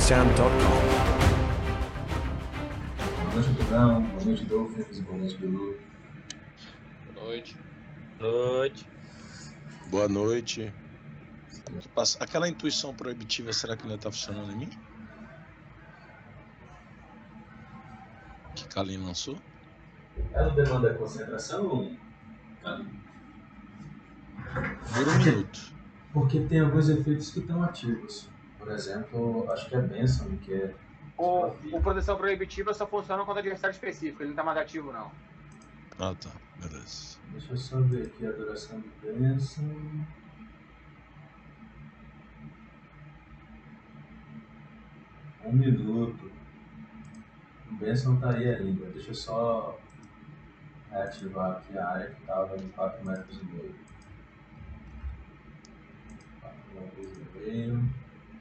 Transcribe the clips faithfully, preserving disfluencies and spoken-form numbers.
sound ponto com. Boa noite, Pedrão. Boa noite, Dolphins. Boa noite, Bilu. Boa noite. Boa noite. Boa noite. Aquela intuição proibitiva, será que ainda tá funcionando em mim? Que Kalin lançou? Ela demanda concentração, Kalin? Por um minuto. Porque tem alguns efeitos que estão ativos. Por exemplo, acho que é Benson, que é... O, o proteção proibitiva só funciona contra adversário específico, ele não tá mais ativo não. Ah tá, beleza. Deixa eu só ver aqui a duração do Benson. Um minuto. O Benson tá aí ainda. Deixa eu só reativar aqui a área que estava em quatro metros e meio. quatro metros e meio.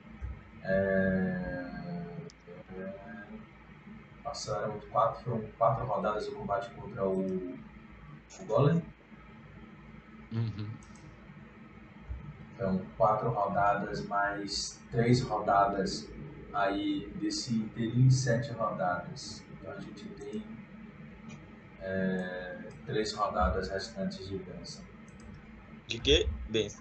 É... É... Passaram quatro, foram quatro rodadas do combate contra o, o Golem. Uhum. Então, quatro rodadas mais três rodadas aí desse inteirinho, sete rodadas. Então a gente tem é, três rodadas restantes de bênção. De que? Bênção.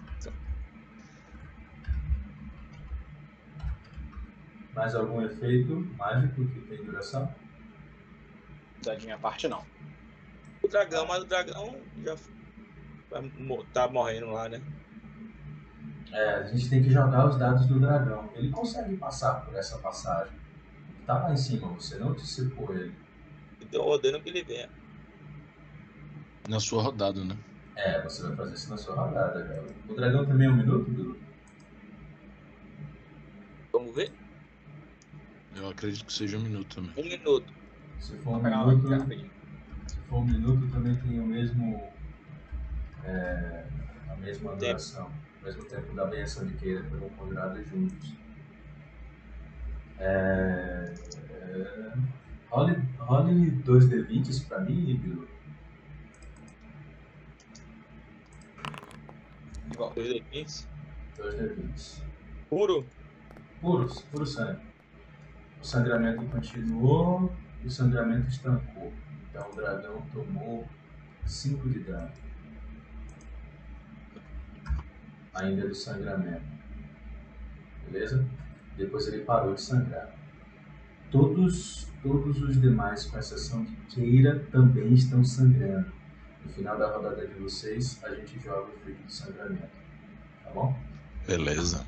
Mais algum efeito mágico que tem duração? Da minha parte não. O dragão, mas o dragão já tá morrendo lá, né? É, a gente tem que jogar os dados do dragão. Ele consegue passar por essa passagem. Tá lá em cima, você não dissipou ele. Então eu ordeno que ele venha. Na sua rodada, né? É, você vai fazer isso na sua rodada, galera. O dragão também é um minuto, Bilu? Vamos ver? Eu acredito que seja um minuto também. Um minuto. Se for um Pegar minuto, rapidinho. se for um minuto também tem o mesmo, é, a mesma Tempo. duração, o mesmo tempo da benção de queira foram conjurados juntos. É, é, role, role dois D vinte pra mim, Bilu. Igual. dois D vinte. dois D vinte. Puro. Puros, puro sangue. O sangramento continuou e o sangramento estancou. Então o dragão tomou cinco de dano. Ainda do sangramento. Beleza? Depois ele parou de sangrar. Todos, todos os demais, com exceção de Keira, também estão sangrando. No final da rodada de vocês, a gente joga o efeito de sangramento. Tá bom? Beleza.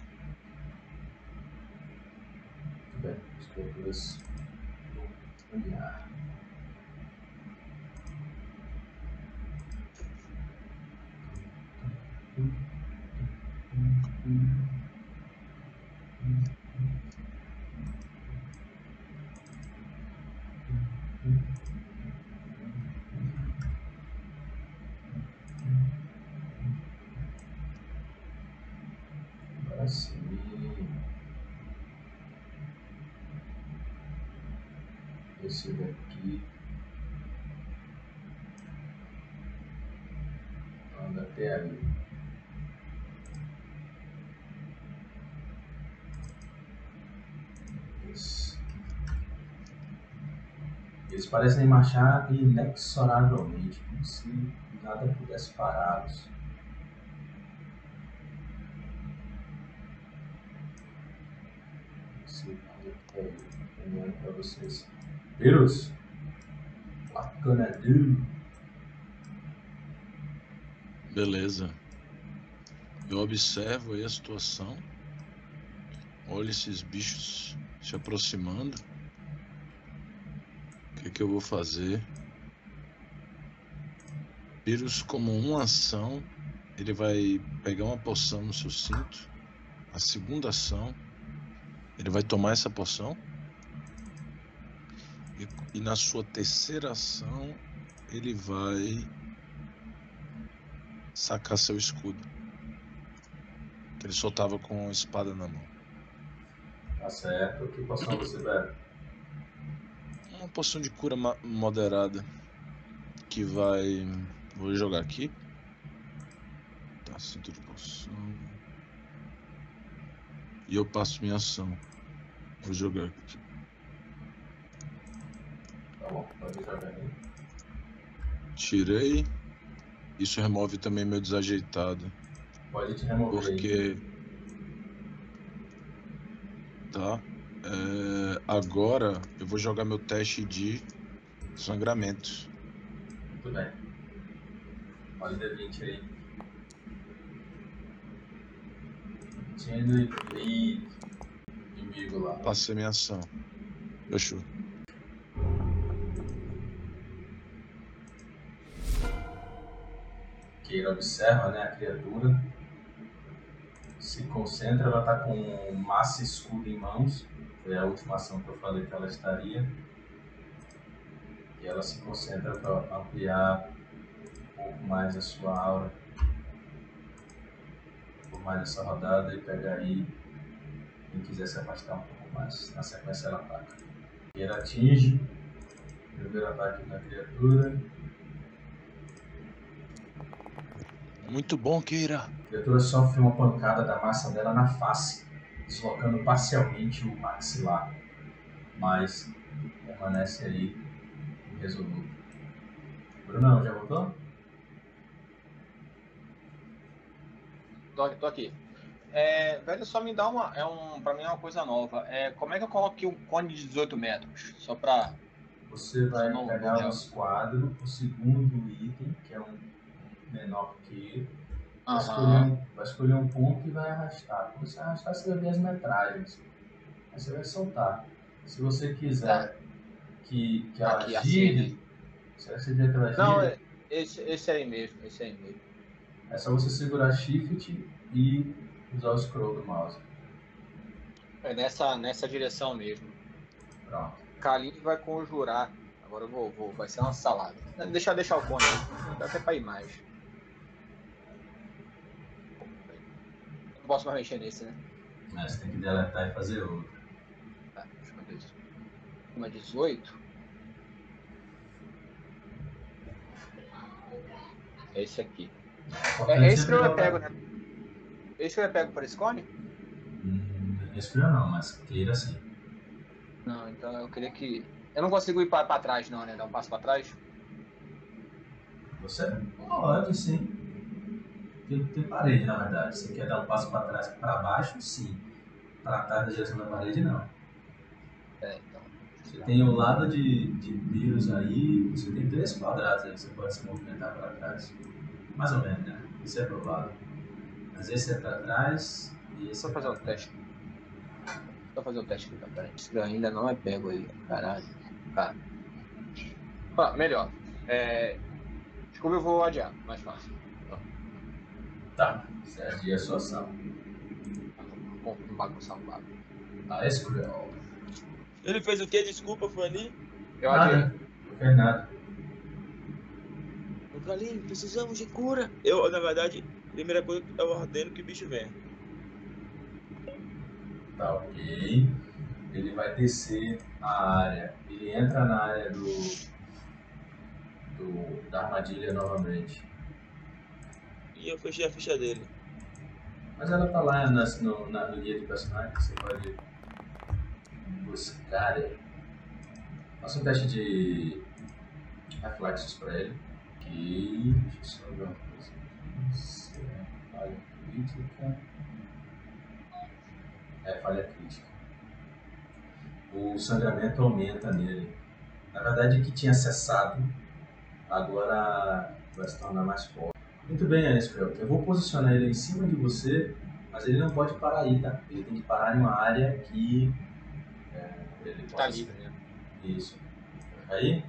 Muito bem. As criaturas vão caminhar. Agora sim. Esse daqui anda até ali. Isso. Eles parecem marchar inexoravelmente, como se nada pudesse pará-los. Se olhando para vocês. Virus! What gonna do? Beleza. Eu observo aí a situação. Olho esses bichos se aproximando. O que que eu vou fazer? Vírus, como uma ação, ele vai pegar uma poção no seu cinto. A segunda ação, ele vai tomar essa poção. E, e na sua terceira ação, ele vai sacar seu escudo. Que ele só tava com a espada na mão. Tá certo. Que poção você bebe? Uma poção de cura moderada. Que vai... Vou jogar aqui. Tá, cinto de poção. E eu passo minha ação. Vou jogar aqui. Tá bom, pode jogar aí. Tirei. Isso remove também meu desajeitado. Pode te remover aí. Porque. Tá. É, agora eu vou jogar meu teste de sangramento. Muito bem. Olha o D vinte aí. Tendo e inimigo lá. Passei minha ação. Fechou. Keira observa, né, a criatura. Se concentra, ela tá com massa e escudo em mãos. Foi a última ação que eu falei que ela estaria. E ela se concentra para ampliar um pouco mais a sua aura. Por mais essa rodada e pegar aí quem quiser se afastar um pouco mais. Na sequência ela ataca. Keira atinge. Primeiro ataque na criatura. Muito bom, Keira. A criatura sofre uma pancada da massa dela na face, deslocando parcialmente o maxilar, mas permanece aí irresoluto. Brunão, já voltou? Tô, tô aqui. É, velho, só me dá uma. É um, pra mim é uma coisa nova. É, como é que eu coloco aqui um cone de dezoito metros? Só pra. Você vai Não, pegar não. o esquadro, o segundo item, que é um menor que ele. Vai, escolher Aham. um, vai escolher um ponto e vai arrastar. Quando você arrastar, você vai ver as metragens. Aí você vai soltar. Se você quiser que, que ela Aqui, assim, gire, né? será que você quer que ela Não, gire? é- esse, esse aí mesmo, esse aí mesmo. É só você segurar Shift e usar o scroll do mouse. É nessa, nessa direção mesmo. Pronto. Kalim vai conjurar. Agora eu vou, vou. Vai ser uma salada. Deixa, deixar o cone aí. Dá até pra ir mais. Não posso mais mexer nesse, né? Mas você tem que deletar e fazer outro. Tá, deixa eu ver isso. Uma dezoito. É esse aqui. É, é esse que eu pego, né? Esse que eu pego por esse cone? Hum, Respira não, mas queira sim. Não, então eu queria que. Eu não consigo ir pra, pra trás, não, né? Dar um passo pra trás. Você pode sim. Tem, tem parede, na verdade. Você quer dar um passo para trás, para baixo, sim. Para trás da direção da parede, não. É, então. Você tem o lado de, de vírus aí, você tem três quadrados aí que você pode se movimentar para trás. Mais ou menos, né? Isso é provável. Mas esse é para trás e esse Só é fazer pra um trás. teste. Só fazer um teste aqui, tá? Peraí. Isso ainda não é pego aí, caralho. Tá. Ah, melhor. É... Desculpa, eu vou adiar, mais fácil. Tá, você adia a sua ação. Vamos bagunçar um bagulho. A Escrow. Ele fez o quê? Desculpa, foi ali. Eu adiei. Nada, não fez nada. Eu falei, precisamos de cura. Eu, na verdade, a primeira coisa que eu ordeno que o bicho venha. Tá ok. Ele vai descer a área. Ele entra na área do, do da armadilha novamente. E eu fechei a ficha dele. Mas ela tá lá na, no, na no guia de personagem, você pode buscar ele. Faça um teste de reflexos pra ele. Ok, deixa eu só ver uma coisa aqui. Se é falha crítica. É falha crítica. O sangramento aumenta nele. Na verdade, que tinha cessado, agora vai se tornar mais forte. Muito bem, Aniscrel. Eu vou posicionar ele em cima de você, mas ele não pode parar aí, tá? Ele tem que parar em uma área que é, ele Tá possa... livre, né? Isso. Aí,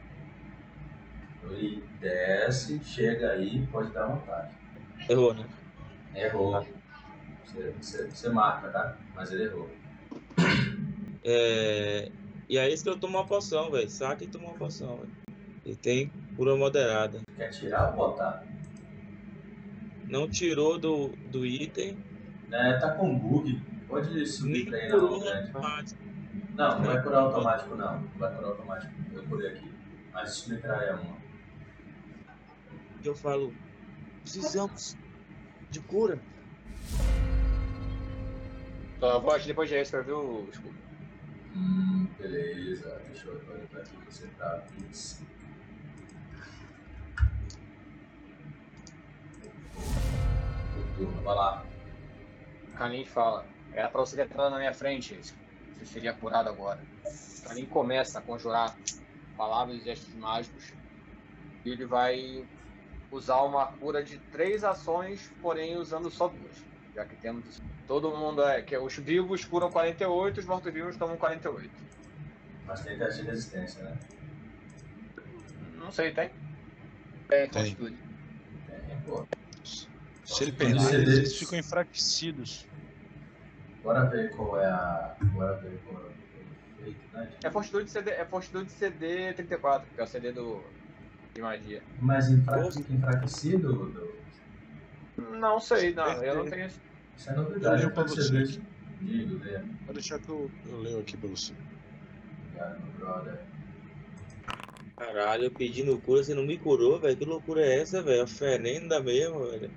ele desce, chega aí, pode dar um ataque. Errou, né? Errou. Você, você, você marca, tá? Mas ele errou. É... E aí esse que eu tomo uma poção, velho. Saca e toma uma poção, velho. Ele tem cura moderada. Quer tirar ou botar? Não tirou do, do item. É, tá com bug. Pode subir pra aí na mão grande. Não, não vai curar automático não. Não vai curar automático. Eu curei aqui. Mas explicar é uma. Eu falo, precisamos de cura. Então, eu vou agir depois de escrever o escudo. Hum, beleza. Deixa eu atualizar aqui. Você tá vinte. Turno, vai lá. Kalin fala, era pra você ter entrado na minha frente, você seria curado agora. Kalin começa a conjurar palavras e gestos mágicos e ele vai usar uma cura de três ações, porém usando só duas, já que temos isso. Todo mundo é que os vivos curam quarenta e oito, os mortos-vivos tomam quarenta e oito. Mas tem teste de resistência, né? Não sei, tem? Tem, Tem. fortitude. Tem, pô. Se ele Pode perder, ser eles deles. ficam enfraquecidos. Bora ver qual é a. Bora ver qual é o efeito, né? É fortitude C D, é fortitude C D trinta e quatro, que é o C D do de magia. Mas enfra... fica enfraquecido? Do... Não sei, Se não, eu não perder. tenho esse. Isso é Eu novidade. leio pra Pode você ser aqui. desse. Digo, lê. Pode deixar que eu, eu leio aqui pra você. Obrigado, meu brother. Caralho, eu pedindo cura, você não me curou, velho. Que loucura é essa, velho? Oferenda mesmo, velho.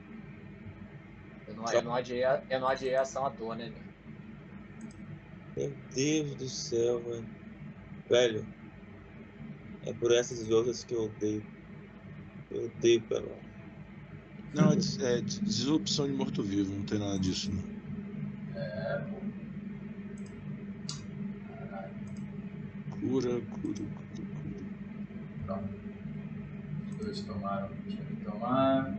Eu não, eu não adiei, a- eu não adiei a ação à toa, né? Meu Deus do céu, velho. Velho, é por essas e outras que eu odeio. Eu odeio, pelo. Não, é, des- é des- disrupção de morto-vivo, não tem nada disso, não. É, pô. Caralho. Cura, cura, cura, cura. Pronto. Os dois tomaram o que tinha que tomar.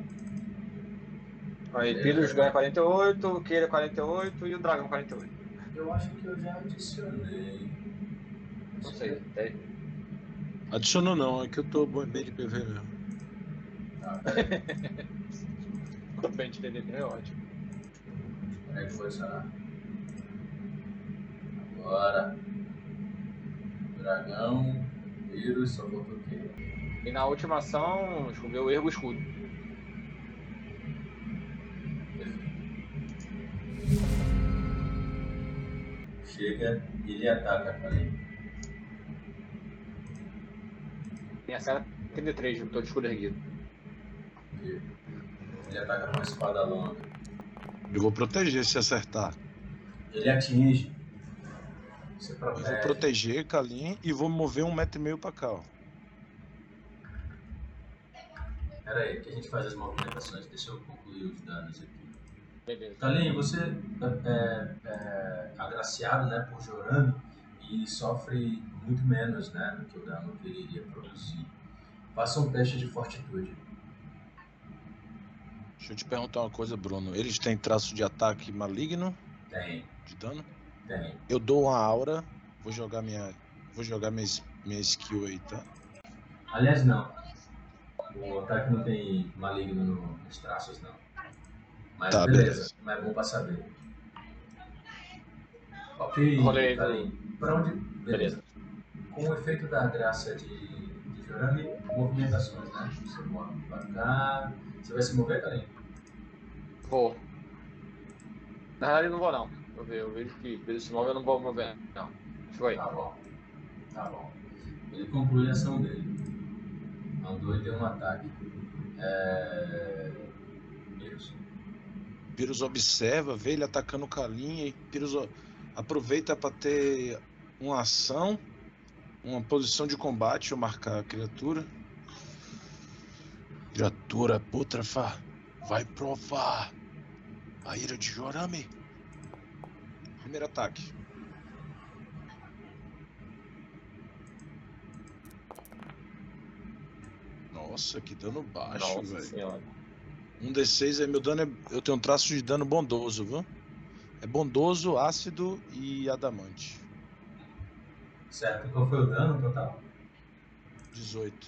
Aí Beleza. Pyrrhus ganha quarenta e oito, o Keira quarenta e oito e o Dragão quarenta e oito. Eu acho que eu já adicionei. Não sei, tem. Adicionou não, é que eu tô bem de P V mesmo. Tá, peraí. Pra gente entender bem, é ótimo. Peraí que foi adicionar. Agora. Dragão. Vírus, só faltou o quê? E na última ação, escoveu o ergo escudo. Chega e ele ataca com ele. Tem a cena trinta e três, todo escudo erguido. Ele ataca com uma espada longa. Eu vou proteger se acertar. Ele atinge. Você Eu vou protege. proteger Kalin e vou mover um metro e meio pra cá, ó. Pera aí, que a gente faz as movimentações. Deixa eu concluir os danos aqui. Beleza. Kalin, você é, é, é agraciado, né, por Jorami e sofre muito menos, né, do que o dano que ele iria produzir. Faça um teste de fortitude. Deixa eu te perguntar uma coisa, Bruno. Eles têm traço de ataque maligno? Tem, De dano? tem. Eu dou uma aura. Vou jogar minha. Vou jogar minha, minha skill aí, tá? Aliás, não. O ataque não tem maligno no, nos traços, não. Mas Tá, beleza. beleza. Mas é bom pra saber. Ok, Rolei Kalin. Pra onde? Beleza. Beleza. Com o efeito da graça de, de Jorami, movimentações, né? Você move pra cá. Você vai se mover, Kalin? Vou. Na verdade, não vou, não. Eu vejo, eu vejo que ele se move, eu não vou mover, não. Foi. Tá bom. Tá bom. Ele conclui a ação dele. Andou e deu um ataque. É... Isso. Pyrrhus observa, vê ele atacando o Kalin e Pyrrhus ó, aproveita pra ter uma ação, uma posição de combate ou marcar a criatura. Criatura pútrefa, vai provar a ira de Jorami. Primeiro ataque. Nossa, que dano baixo, Nossa velho. senhora. Um D seis é meu dano, é, eu tenho um traço de dano bondoso, viu? É bondoso, ácido e adamante. Certo. Qual foi o dano total? dezoito.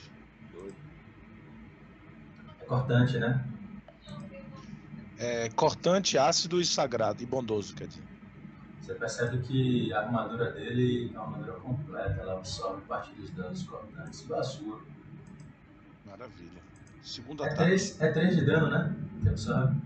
É cortante, né? É cortante, ácido e sagrado. E bondoso, quer dizer. Você percebe que a armadura dele é uma armadura completa. Ela absorve parte dos danos cortantes. Basura. Maravilha. Segundo É ataque. três, é três de dano, né? Que absorve.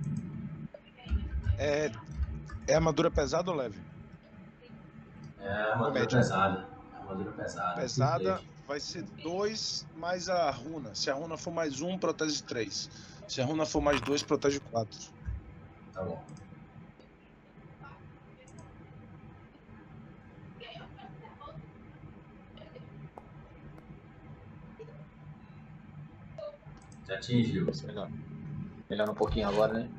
É, é armadura pesada ou leve? É armadura Comédia. pesada. Armadura pesada. Pesada Perfeito. vai ser dois mais a runa. Se a runa for mais um, protege três. Se a runa for mais dois, protege quatro. Tá bom. Já atingiu. Vai ser melhor. Melhor um pouquinho agora, né?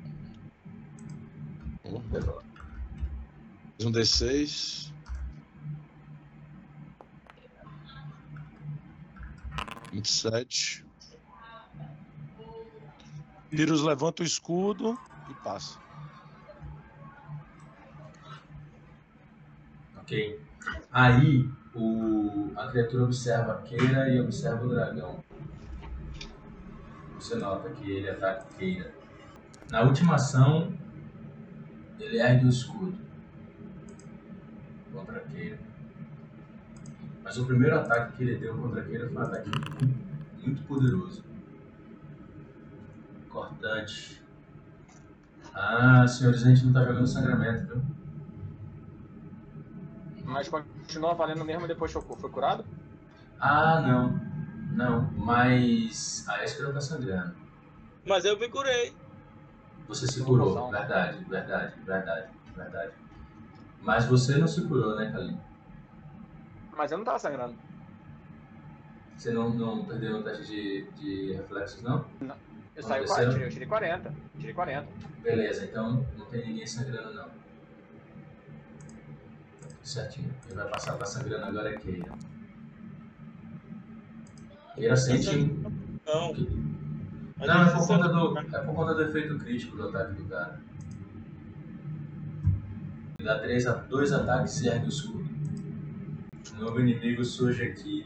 Mais um D seis. vinte e sete. Pyrrhus levanta o escudo e passa. Ok. Aí o, a criatura observa a Keira e observa o dragão. Você nota que ele ataca a Keira. Na última ação, ele ergue o escudo contra a Keira. Mas o primeiro ataque que ele deu contra a Keira foi um ataque muito poderoso. Cortante. Ah, senhores, a gente não tá jogando sangramento, viu? Mas continua valendo mesmo depois que eu foi curado? Ah, não. Não, mas a Escra tá sangrando. Mas eu me curei. Você se Não, curou, não. verdade, verdade, verdade, verdade. Mas você não se curou, né, Kalim? Mas eu não tava sangrando. Você não, não perdeu no teste de, de reflexos, não? Eu Não saí desceu? eu tirei, eu tirei quarenta. Tirei quarenta. Beleza, então não tem ninguém sangrando, não. Tá tudo certinho. Quem vai passar pra sangrando agora é Keira. Keira sente... Não. A Não, é gente por, se conta sabe- do, é por conta do efeito crítico do ataque do cara. Ele dá três, dois ataques e ergue o escudo. Um novo inimigo surge aqui.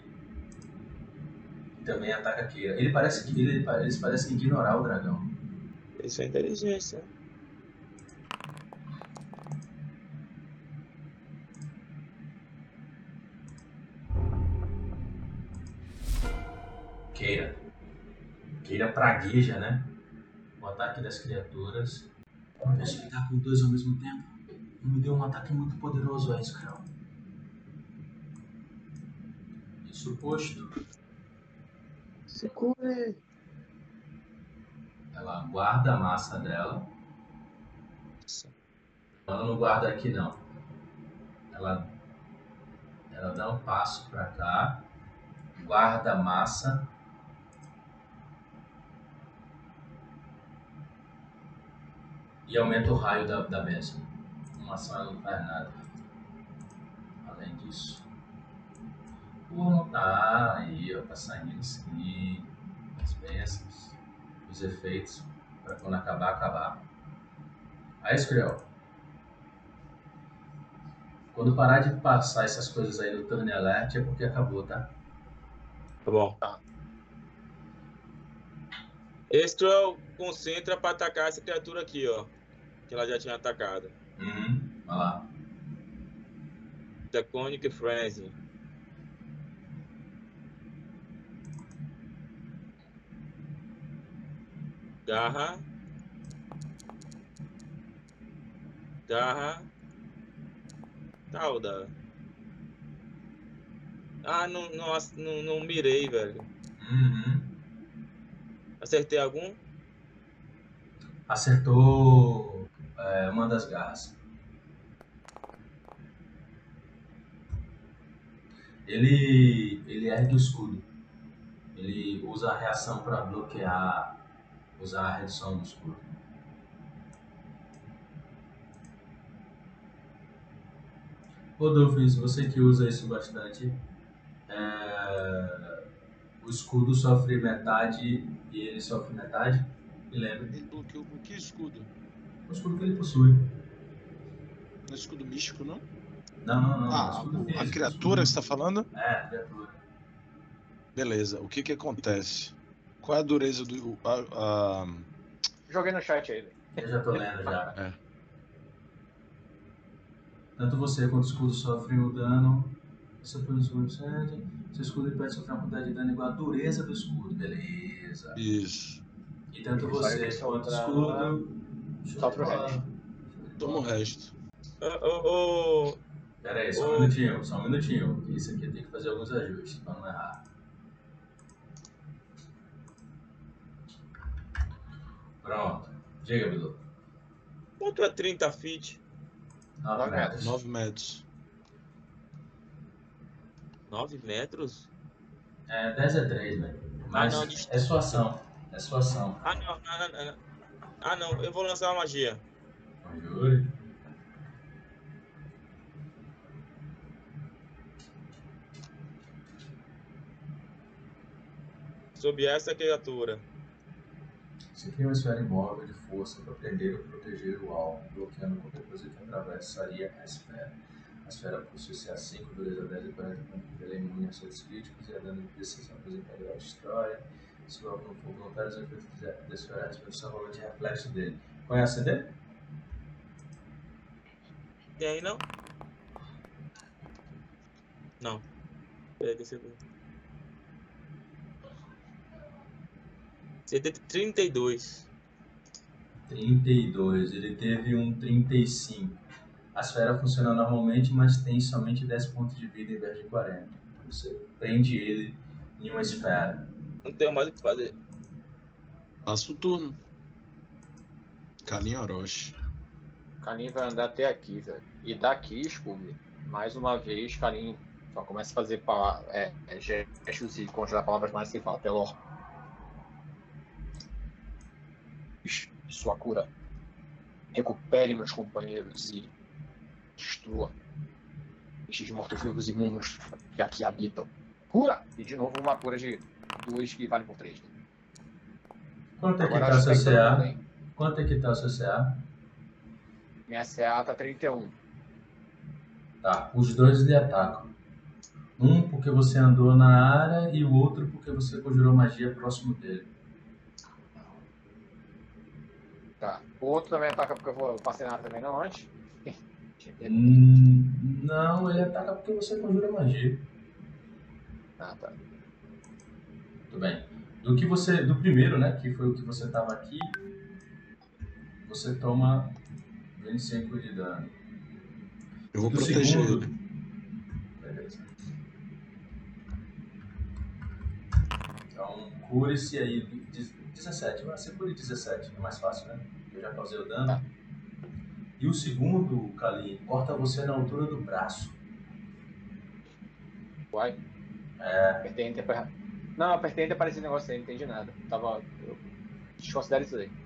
E também ataca a Keira. Ele parece que ele, eles parecem ignorar o dragão. Isso é inteligência. Keira. Keira pragueja, né? O ataque das criaturas. Deixa eu lidar com dois ao mesmo tempo. Me deu um ataque muito poderoso, a Escrão. Isso posto, Se cure. ela guarda a massa dela. Ela não guarda aqui, não. Ela, ela dá um passo pra cá. Guarda a massa. E aumenta o raio da, da bênção. Uma ação ela não faz nada. Além disso. Pô, não tá aí, ó. Tá saindo sim. As bênçãos. Os efeitos. Pra quando acabar, acabar. Aí, Escrel. Quando parar de passar essas coisas aí no turn alert é porque acabou, tá? Tá bom. Tá. Escrow concentra pra atacar essa criatura aqui, ó. Que ela já tinha atacado. Uhum. Vai lá. Draconic Frenzy. Garra. Garra. Cauda. Ah, não, não, não, não mirei, velho. Uhum. Acertei algum? Acertou é, uma das garras. Ele, ele ergue o escudo. Ele usa a reação para bloquear, usar a redução do escudo. Rodolfo, você que usa isso bastante, é, o escudo sofre metade e ele sofre metade. Me lembra. Ele bloqueou com que escudo? O escudo que ele possui. Não é escudo místico, não? Não, não, não. Ah, escudo o- físico, a criatura escudo- que você tá falando? É, a criatura. Beleza, o que que acontece? Qual é a dureza do... A, a- Joguei no chat aí, velho. Eu já tô lendo já. É. Tanto você quanto o escudo sofrem o dano. Você põe o escudo sete. Seu escudo impede sofrer uma quantidade de dano igual à dureza do escudo. Beleza. Isso. E tanto Isso você aí quanto o sopra- escudo. sopra o Show de bola. resto. Toma o resto. Ô, ô, ô, Pera aí, só um Ô. minutinho, só um minutinho. Que isso aqui eu tenho que fazer alguns ajustes pra não errar. Pronto. Diga, Bilu. quanto é trinta feet? nove Nove metros. nove metros. nove metros? É, dez é três, velho. Mas Ah, não, é distância. sua ação. É sua ação. Ah, não, não, não, não. Ah, não, eu vou lançar uma magia. Conjure. Sobre essa criatura. Você cria uma esfera imóvel de força para prender ou proteger o alvo, bloqueando qualquer coisa que atravessaria a esfera. A esfera possui C A cinco, dureza dez e quarenta pontos de vida, é imune a acertos críticos e a dano de decisão apresentado ela destrói. Se o alvo não for voluntário, os efeitos da esfera respondem somente reflexo dele. Qual é a C D? Tem aí, não? Não. Peraí, deixa eu ver. C D trinta e dois. trinta e dois. Ele teve um trinta e cinco. A esfera funciona normalmente, mas tem somente dez pontos de vida em vez de quarenta. Você prende ele em uma esfera. Não tenho mais o que fazer. Passa o turno. Kalin Orochi. Kalin vai andar até aqui, velho. E daqui, Scooby, mais uma vez, Kalin só começa a fazer pa- é, é, gestos e conjurar palavras mais que fala. Telor. Sua cura. Recupere meus companheiros e destrua estes mortos-vivos imundos que aqui habitam. Cura! E de novo uma cura de dois que vale por três. Quanto é que Agora tá o acho seu que tá todo mundo, C A? hein? Quanto é que tá o seu C A? Minha C A tá trinta e um. Tá, os dois lhe atacam. Um porque você andou na área e o outro porque você conjurou magia próximo dele. Tá. O outro também ataca porque eu vou passei na área também não antes. Hum, não, ele ataca porque você conjura magia. Ah, tá. Tudo bem. Do que você, do primeiro, né, que foi o que você tava aqui, você toma vinte e cinco de dano. Eu vou Do proteger segundo, ele. beleza. Então, cure-se aí dezessete. Você cure dezessete, é mais fácil, né? Eu já causei o dano. Tá. E o segundo, Kalin, corta você na altura do braço. Uai. É. Apertei enter pra... Não, apertei enter para esse negócio aí, não entendi nada. Tava. Eu desconsidero isso aí.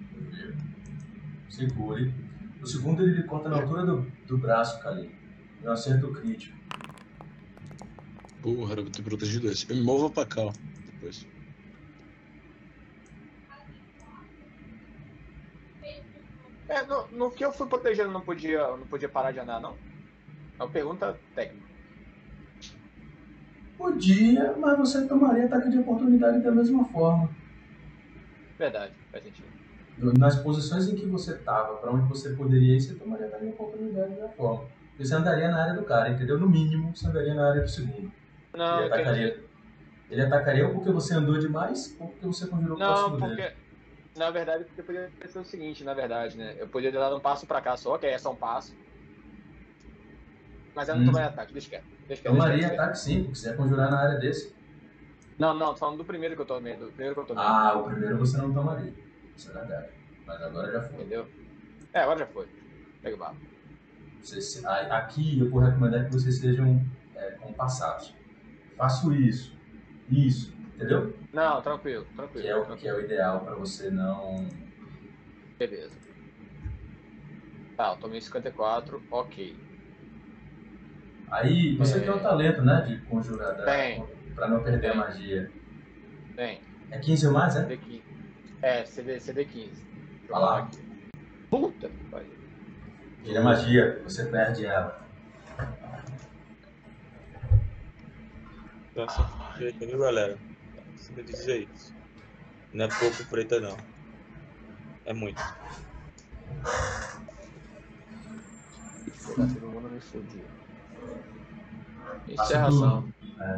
Se cure. O segundo ele lhe corta na altura do, do braço, Kalin. É um acerto crítico. Porra, eu vou ter protegido esse. Eu me movo pra cá, ó. Depois. É, no, no que eu fui protegendo não podia, não podia parar de andar, não? É uma pergunta técnica. Podia, mas você tomaria ataque de oportunidade da mesma forma. Verdade, faz sentido. Nas posições em que você estava, para onde você poderia ir, você tomaria ataque de oportunidade da forma. Você andaria na área do cara, entendeu? No mínimo, você andaria na área do segundo. Não, ele atacaria. entendi. Ele atacaria ou porque você andou demais, ou porque você conjurou Não, próximo porque. dele. Na verdade, porque poderia ser o seguinte, na verdade, né? Eu poderia ter dado um passo pra cá só, que é só um passo. Mas eu não Hum. tomaria ataque, deixa quieto. Deixa quieto, Tomaria deixa quieto, ataque sim, porque você ia conjurar na área desse. Não, não, tô falando do primeiro que eu tomei, do primeiro que eu tomei. Ah, o primeiro você não tomaria. Isso é verdade. Mas agora já foi. Entendeu? É, agora já foi. Pega o barro. Vocês, aqui eu vou recomendar que vocês sejam é, compassados. Faço isso, isso, entendeu? Não, tranquilo, tranquilo. Que é o, tranquilo. que é o ideal para você não. Beleza. Tá, eu tomei cinquenta e quatro, ok. Aí você É... tem o talento, né? De conjurar Tem. para não perder Tem. a magia. Tem. É quinze ou mais, é? C D quinze. É, C D, C D quinze. Vai lá. Puta que pariu. Tira a magia, você perde ela. Nossa, direito, viu, galera? Precisa dizer isso. Não é pouco preta, não. É muito. Tá todo mundo me fudiu. Passa Encerração. tudo. É.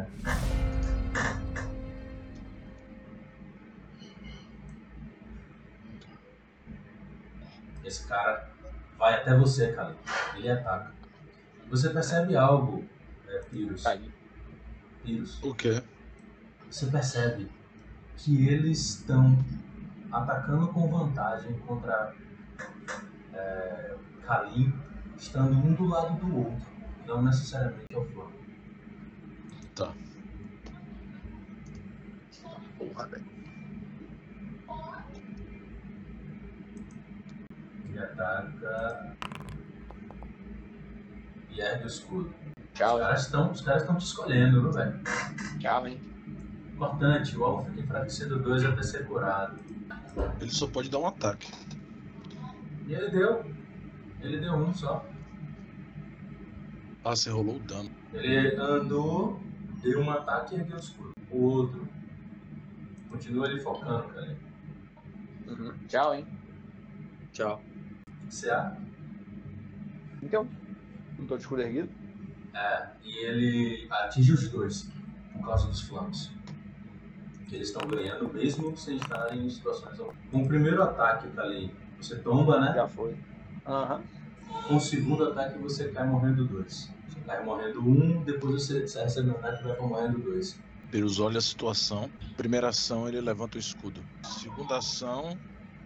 Esse cara vai até você, cara. Ele ataca. Você percebe algo, é, Pyrrhus. Aí. Pyrrhus. O quê? Você percebe que eles estão atacando com vantagem contra é, Kalin, estando um do lado do outro, não necessariamente ao flanco. Tá. Porra, velho. E ataca. E ergue o escudo. Tchau, Os hein? caras estão os caras estão te escolhendo, viu, velho? Tchau, hein? Importante, o alvo fica enfraquecido dois até ser curado. Ele só pode dar um ataque. E ele deu. Ele deu um só. Ah, você rolou o dano. Ele andou, deu um ataque e ergueu o escudo. O outro. Continua ali focando, cara. Uhum. Tchau, hein? Tchau. C A. Então, não tô de escudo erguido. É, e ele atinge os dois, por causa dos flancos. Que eles estão ganhando mesmo sem estarem em situações... Com o primeiro ataque, tá ali, você tomba, né? Já foi. Aham. Com o segundo ataque, você cai morrendo dois. Você cai morrendo um, depois você, você recebe um ataque e vai morrendo dois. Pyrrhus olha a situação. Primeira ação, ele levanta o escudo. Segunda ação...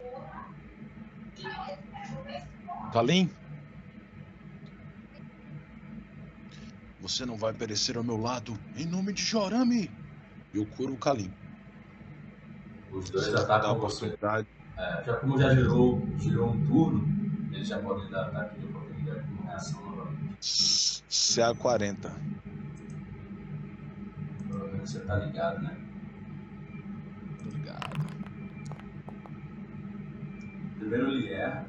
Kalim? Você não vai perecer ao meu lado, em nome de Jorami! Eu curo o Kalim. Os dois Você dá atacam a você. oportunidade. É, já como já girou, girou um turno, eles já podem dar ataque de oportunidade como reação novamente. C A quarenta. Provavelmente você tá ligado, né? Obrigado. Primeiro ele erra.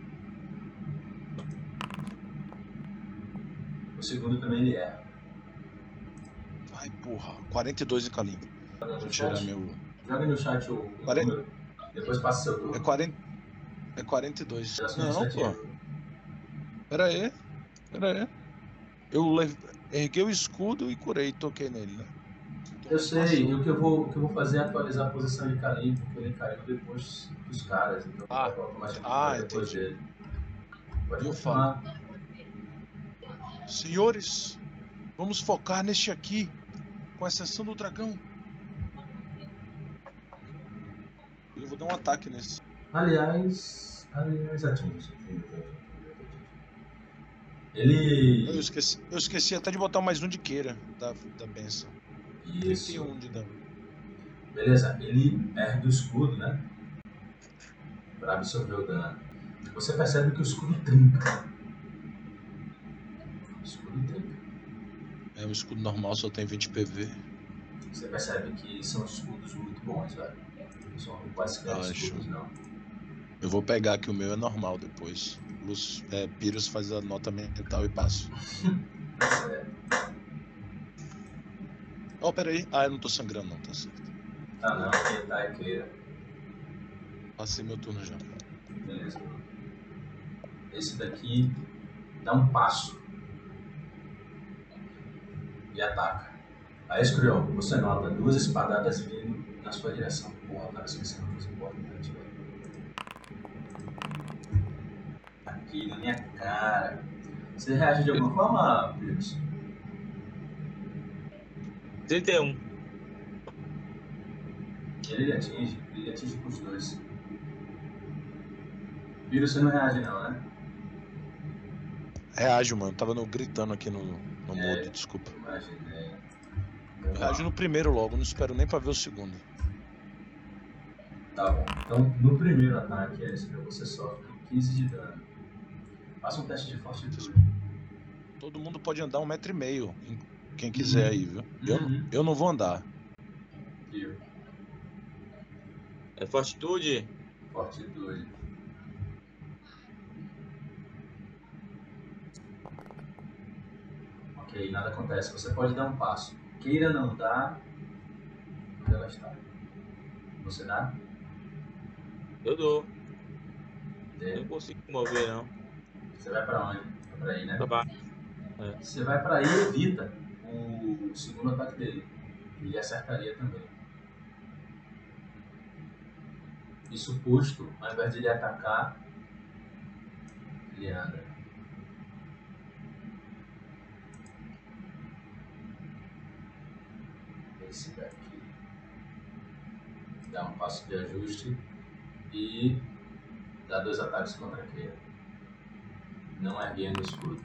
O segundo também ele erra. Ai, porra. quarenta e dois em Kalim. Joga Vou no tirar chat, meu... joga no chat o, o quarenta. número, depois passa seu turno. É quarenta... É quarenta e dois. Tira a sua Não, iniciativa. pô. Pera aí. Pera aí. Eu le... erguei o escudo e curei. Toquei nele, né? Então, Eu sei, e passou. o que eu, vou, o que eu vou fazer é atualizar a posição de Kalim, porque ele caiu depois dos caras, então Ah, vai automaticamente ah, vai depois entendi. dele. Pode Eu continuar. Senhores, vamos focar neste aqui, com exceção do dragão. Eu vou dar um ataque nesse. Aliás, aliás, atinge. Eu Ele... esqueci, eu esqueci até de botar mais um de queira da, da benção. trinta e Isso. um de dano. Beleza, ele ergue o escudo, né? Pra absorver o dano. Você percebe que o escudo trinca. O escudo trinca. É um escudo normal, só tem vinte P V. Você percebe que são escudos muito bons, velho. Não são quaisquer Acho. escudos, não. Eu vou pegar que o meu é normal depois. Luz, é, Pyrrhus faz a nota mental e passo. É. Oh, peraí. Ah, eu não tô sangrando não, tá certo. Ah, não, quem tá é queira. Passei meu turno já. Beleza. Esse daqui dá um passo e ataca. Aí, Escurion, você nota duas espadadas vindo na sua direção. Porra, cara, esqueci uma coisa importante, velho. Aqui na minha cara. Você reage de alguma forma, Pyrrhus? trinta e um. Ele atinge, ele atinge com os dois. Pyrrhus, você não reage não, né? Reage, mano. Tava no, gritando aqui no, no É. modo, desculpa. Imaginei. Eu reajo no primeiro logo, não espero nem pra ver o segundo. Tá bom. Então, no primeiro ataque, é esse que você sofre quinze de dano. Faça um teste de fortitude. Todo mundo pode andar um metro e meio, em- quem quiser aí, viu? Eu, Uhum. eu não vou andar. Viu? É fortitude. Fortitude. Ok, nada acontece. Você pode dar um passo. Queira não dar. Onde ela está? Você dá? Eu dou. Dê. Eu não consigo mover, não. Você vai pra onde? Vai pra aí, né? Pra baixo. Você vai pra aí e evita o segundo ataque dele. Ele acertaria também. Isso posto, ao invés de ele atacar, ele anda. Esse daqui. Dá um passo de ajuste e dá dois ataques contra a Keira. Não erguendo o escudo.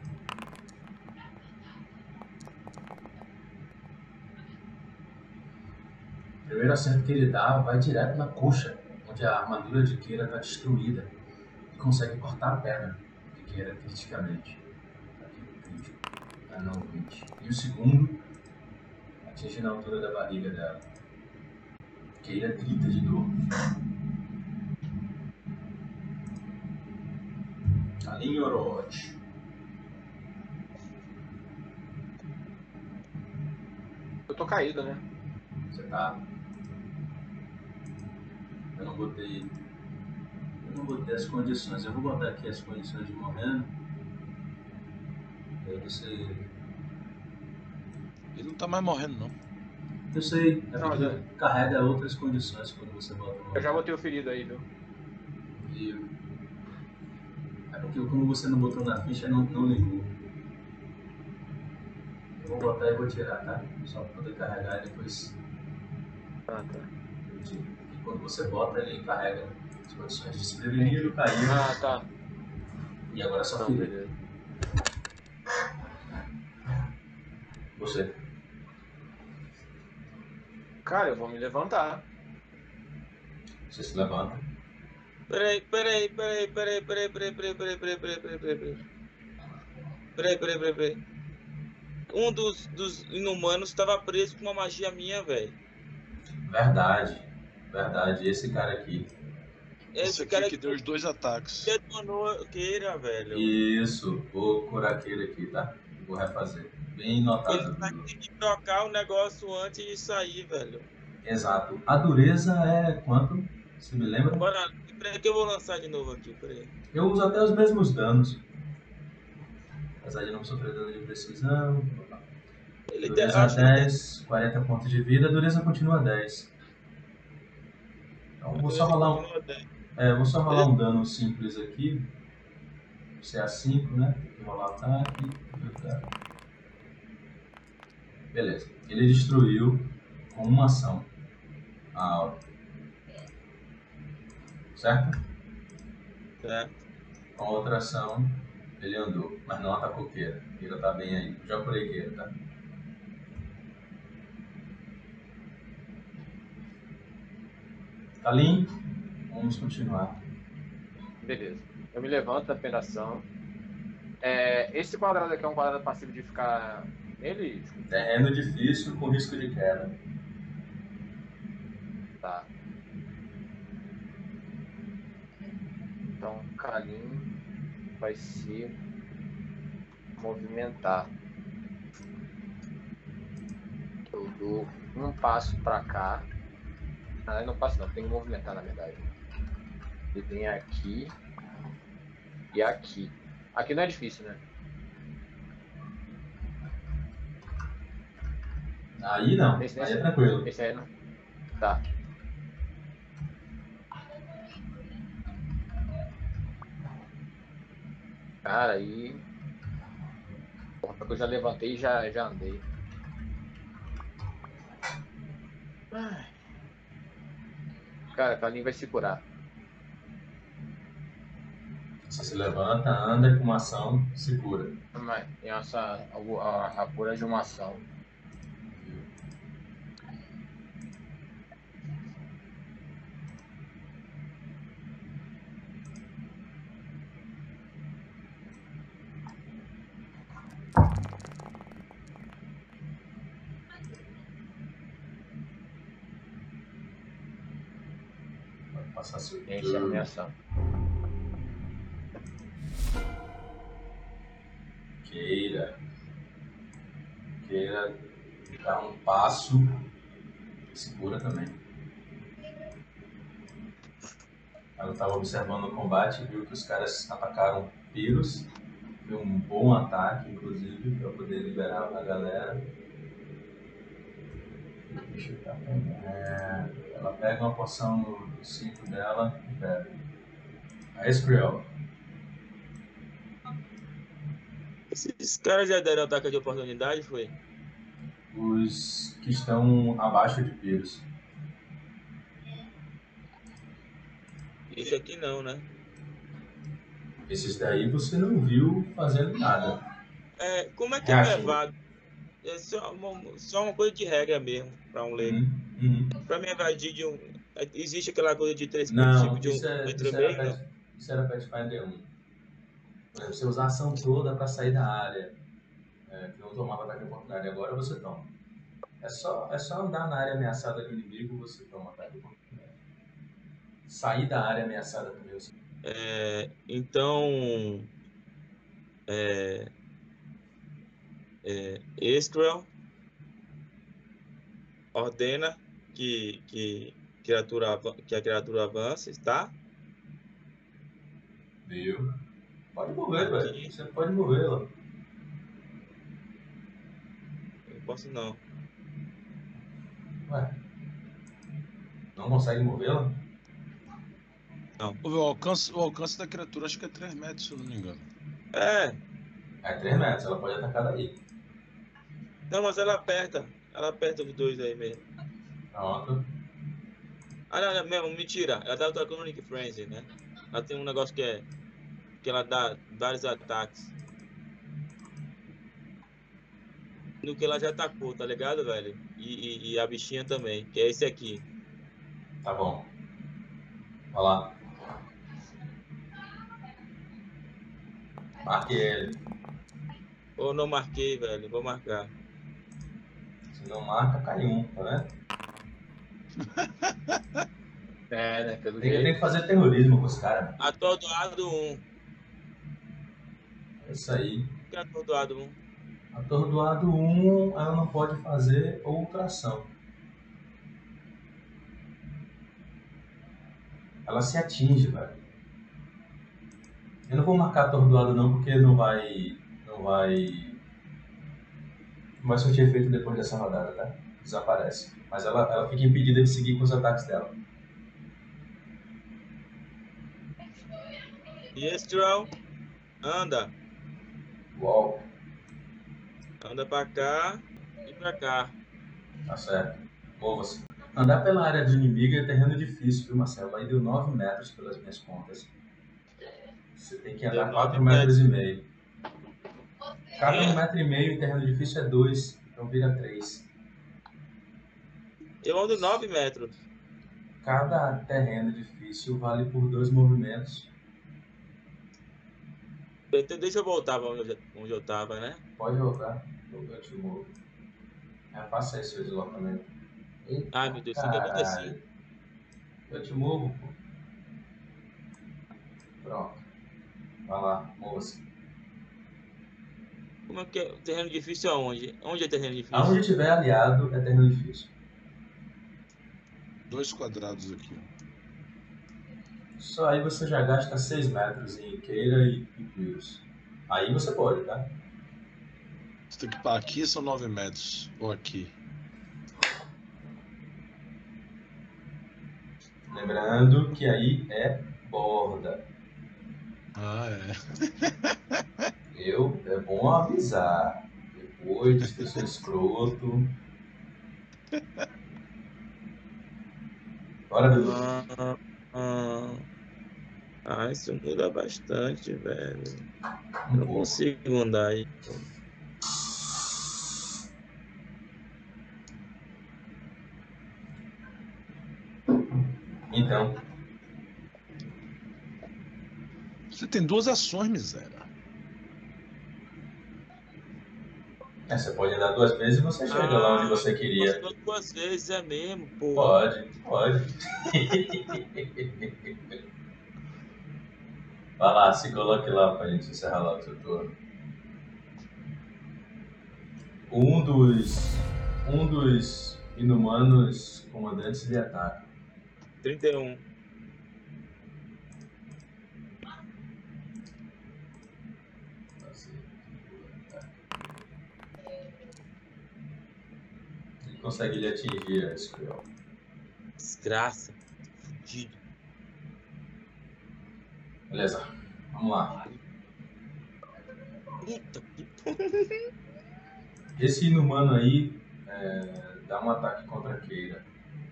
O primeiro acerto que ele dá vai direto na coxa, onde a armadura de Keira está destruída e consegue cortar a perna de Keira criticamente. Aqui, crítico. Ah, não, vinte. E o segundo atinge na altura da barriga dela. Keira grita de dor. Kalin Orochi. Eu tô caído, né? Você tá. Eu não botei. Eu não botei as condições. Eu vou botar aqui as condições de morrendo. Aí você. Ele não tá mais morrendo, não. Eu sei, é Não, porque já- carrega outras condições quando você bota no. Eu já botei o ferido aí, viu? E... É porque como você não botou na ficha, não, não ligou. Eu vou botar e vou tirar, tá? Só pra poder carregar e depois. Ah, tá. Eu tiro. E quando você bota, ele carrega as condições. Desprevenido, caiu. Ah, tá. E agora é só Não, ferir. beleza. Você. Cara, eu vou me levantar. Você se levanta. Peraí, peraí, peraí, peraí, peraí, peraí, peraí, peraí, peraí, peraí, peraí, peraí, peraí. Peraí, peraí, peraí, peraí. Um dos, dos inumanos estava preso com uma magia minha, velho. Verdade. Verdade. Esse cara aqui. Esse Esse aqui cara que deu os dois ataques. detonou Keira, velho. Isso. Vou curar aquele aqui, tá? Vou refazer. Bem notado. Ele vai ter que trocar o negócio antes de sair, velho. Exato. A dureza é quanto? Você me lembra? Bora, peraí que eu vou lançar de novo aqui, peraí. Eu uso até os mesmos danos. Apesar de não sofrer dano de precisão. Ele tem, Dureza acho que ele tem, dez, quarenta pontos de vida. A dureza continua dez. Então vou só rolar um, continua dez. é, vou só rolar um dano simples aqui. C A cinco, né? Tem que rolar ataque. Beleza. Ele destruiu com uma ação a aura. Certo? Certo. Com outra ação, ele andou, mas não atacou Keira. Keira tá bem aí. Já curei Keira, tá? Kalin, vamos continuar. Beleza. Eu me levanto da penação. É, esse quadrado aqui é um quadrado passivo de ficar nele? Terreno difícil com risco de queda. Tá. Então, Kalin vai se movimentar. Eu dou um passo pra cá. Ah, não passo não, tem que movimentar na verdade. Ele vem aqui e aqui. Aqui não é difícil, né? Aí não, Esse, aí esse, é tranquilo. esse aí não. Tá. Cara, aí. Porra, porque eu já levantei e já, já andei. Ai. Cara, Kalin vai se curar. Você se levanta, anda com uma ação, segura. Mas tem essa. A, a, a cura de uma ação. Pode passar seu Essa é a minha turno. ação. Keira. Keira dá um passo e segura também. Ela estava observando o combate e viu que os caras atacaram Pyrrhus. Foi um bom ataque, inclusive, para poder liberar a galera. Deixa eu ver. É, ela pega uma poção no cinto dela e bebe. A Escriel. Esses caras já deram ataque de oportunidade, foi? Os que estão abaixo de Pyrrhus. Esse aqui não, né? Esses daí você não viu fazendo nada. É, como é que é Reagindo. levado? É só uma, só uma coisa de regra mesmo, pra um leigo. Uhum, uhum. Pra me evadir de um, Existe aquela coisa de três Não, tipo de um isso, é, metro isso, e era meio, não? Pet, isso era Pathfinder um. Por exemplo, você usar a ação toda para sair da área, é, que não tomava ataque de oportunidade, agora você toma. É só, é só andar na área ameaçada do inimigo, você toma ataque de oportunidade. Sair da área ameaçada também você. É, então, é, é, Escrel ordena que, que, criatura, ava- que a criatura avance, tá? Viu? Pode mover, velho. Aqui, Você pode mover lá. eu não posso não. Ué, não consegue movê-la? O alcance, o alcance da criatura acho que é três metros, se eu não me engano. É, É três metros, ela pode atacar daí. não, mas ela aperta. Ela aperta os dois aí mesmo. Pronto. Ah, não, não, mesmo, mentira. Ela tá atacando o Nick Frenzy, né? Ela tem um negócio que é. Que ela dá vários ataques. No que ela já atacou, tá ligado, velho? E, e, e a bichinha também, que é esse aqui. Tá bom. Vai lá. Marque ele. Ou não marquei, velho. Vou marcar. Se não marca, cai um, tá vendo? É, né? Pelo Tem, tem jeito. que fazer terrorismo com os caras. Atordoado um. É isso aí. O que é atordoado um? Atordoado um, ela não pode fazer outra ação. Ela se atinge, velho. Eu não vou marcar atordoado não, porque não vai. Não vai. Não vai surtir efeito depois dessa rodada, tá? Desaparece. Mas ela, ela fica impedida de seguir com os ataques dela. E Estral, anda. Uau, Anda pra cá e pra cá. tá certo. Mova-se. Andar pela área do inimigo é terreno difícil, viu, Marcelo? Aí deu nove metros pelas minhas contas. Você tem que andar Deu quatro nove metros e meio. Cada um É? metro e meio em terreno difícil é dois, então vira três. Eu ando nove metros. Cada terreno difícil vale por dois movimentos. Então, deixa eu voltar pra onde eu, onde eu tava, né? Pode voltar, eu te movo. É, faça aí seu deslocamento. Eita, Ai, meu Deus, o que aconteceu? caralho. Eu te movo, pô. Pronto. Vai lá, mova-se. Como é que é? Terreno difícil aonde? Onde é terreno difícil? Aonde tiver aliado é terreno difícil. Dois quadrados aqui. Só aí você já gasta seis metros em Queira e Pipiros. Aí você pode, tá? Você tem que ir pra aqui, são nove metros. Ou aqui. Lembrando que aí é borda. Ah, é. Eu, é bom avisar. Depois diz que eu sou escroto. Bora, Dudu. Ah, ah, ah, isso muda bastante, velho. Um Não pouco. consigo andar aí. Então, Você tem duas ações, miséria. é, você pode andar duas vezes e você chega lá onde você queria. Posso andar duas vezes, é mesmo, pô. Pode, pode. Vai lá, se coloque lá pra gente encerrar lá o seu turno. Um dos. Um dos inumanos comandantes de ataque. trinta e um. Ele consegue lhe atingir a Skrill. Desgraça. Fudido. Beleza, vamos lá. Puta que Esse inumano aí é, dá um ataque contra a Keira.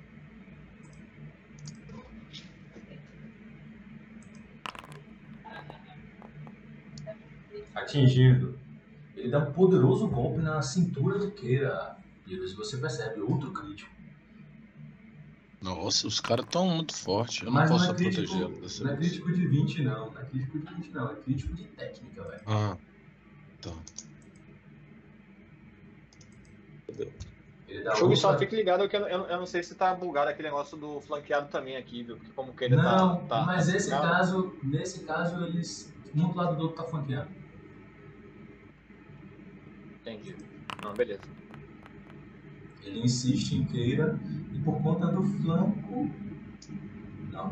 Atingindo. Ele dá um poderoso golpe na cintura de Keira. E você percebe outro crítico. Nossa, os caras estão muito fortes. Eu não Mas não posso é crítico, protegê-lo dessa não é vez. crítico de vinte, não. Não é crítico de vinte, não. É crítico de técnica, velho. Ah, tá. Ele dá Shug, só outra... fique ligado que eu, eu, eu não sei se tá bugado aquele negócio do flanqueado também aqui, viu? Porque como que ele Não, tá, tá mas esse flanqueado, caso, nesse caso, eles... Um do lado do outro tá flanqueando. entendi. Não, beleza. Ele insiste em queira e por conta do flanco... Não.